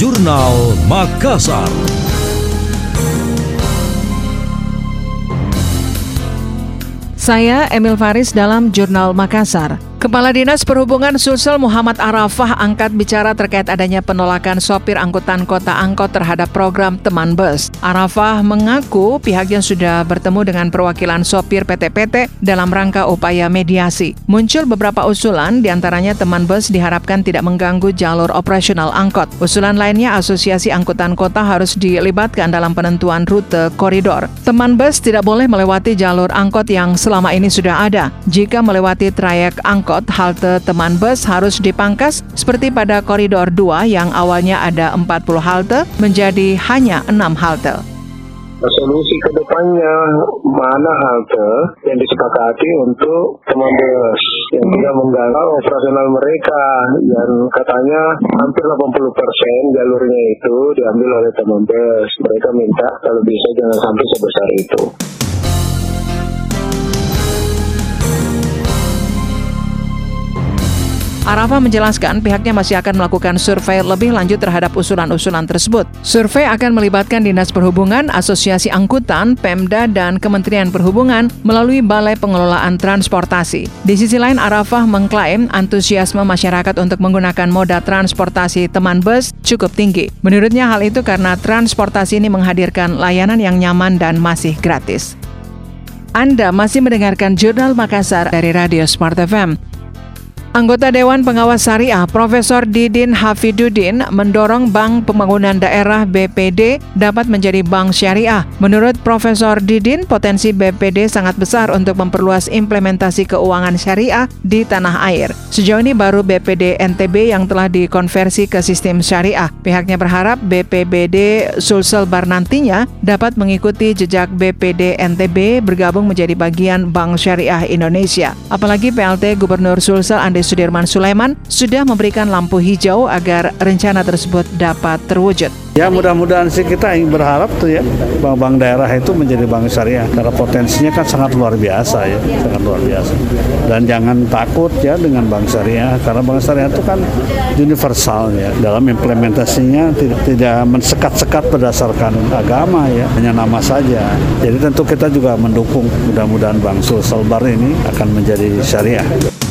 Jurnal Makassar. Saya Emil Faris dalam Jurnal Makassar. Kepala Dinas Perhubungan Sulsel Muhammad Arafah angkat bicara terkait adanya penolakan sopir angkutan kota angkot terhadap program Teman Bus. Arafah mengaku pihaknya sudah bertemu dengan perwakilan sopir PT-PT dalam rangka upaya mediasi. Muncul beberapa usulan, diantaranya Teman Bus diharapkan tidak mengganggu jalur operasional angkot. Usulan lainnya, asosiasi angkutan kota harus dilibatkan dalam penentuan rute koridor. Teman Bus tidak boleh melewati jalur angkot yang selama ini sudah ada. Jika melewati trayek angkot, halte Teman Bus harus dipangkas seperti pada koridor 2 yang awalnya ada 40 halte menjadi hanya 6 halte. Solusi ke depannya, mana halte yang disepakati untuk Teman Bus yang tidak mengganggu operasional mereka, yang katanya hampir 80% jalurnya itu diambil oleh Teman Bus. Mereka minta kalau bisa jangan sampai sebesar itu. Arafah menjelaskan pihaknya masih akan melakukan survei lebih lanjut terhadap usulan-usulan tersebut. Survei akan melibatkan Dinas Perhubungan, Asosiasi Angkutan, Pemda, dan Kementerian Perhubungan melalui Balai Pengelolaan Transportasi. Di sisi lain, Arafah mengklaim antusiasme masyarakat untuk menggunakan moda transportasi Teman Bus cukup tinggi. Menurutnya hal itu karena transportasi ini menghadirkan layanan yang nyaman dan masih gratis. Anda masih mendengarkan Jurnal Makassar dari Radio Smart FM. Anggota Dewan Pengawas Syariah Profesor Didin Hafiduddin mendorong Bank Pembangunan Daerah BPD dapat menjadi bank syariah. Menurut Profesor Didin, potensi BPD sangat besar untuk memperluas implementasi keuangan syariah di tanah air. Sejauh ini baru BPD NTB yang telah dikonversi ke sistem syariah. Pihaknya berharap BPBD Sulselbar nantinya dapat mengikuti jejak BPD NTB bergabung menjadi bagian Bank Syariah Indonesia. Apalagi PLT Gubernur Sulsel Andi Sudirman Sulaiman sudah memberikan lampu hijau agar rencana tersebut dapat terwujud. Ya, mudah-mudahan sih kita berharap tuh ya bank daerah itu menjadi bank syariah karena potensinya kan sangat luar biasa ya, sangat luar biasa. Dan jangan takut ya dengan bank syariah karena bank syariah itu kan universal ya, dalam implementasinya tidak mensekat-sekat berdasarkan agama ya, hanya nama saja. Jadi tentu kita juga mendukung mudah-mudahan Bank Sulselbar ini akan menjadi syariah.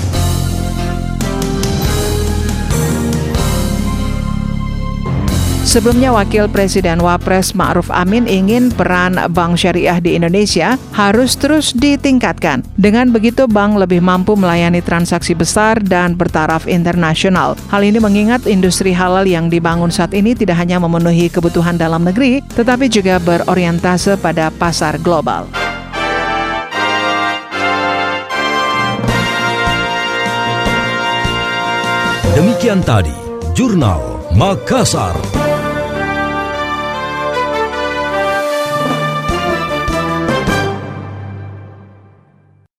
Sebelumnya, Wakil Presiden Wapres Ma'ruf Amin ingin peran bank syariah di Indonesia harus terus ditingkatkan. Dengan begitu, bank lebih mampu melayani transaksi besar dan bertaraf internasional. Hal ini mengingat industri halal yang dibangun saat ini tidak hanya memenuhi kebutuhan dalam negeri, tetapi juga berorientase pada pasar global. Demikian tadi Jurnal Makassar.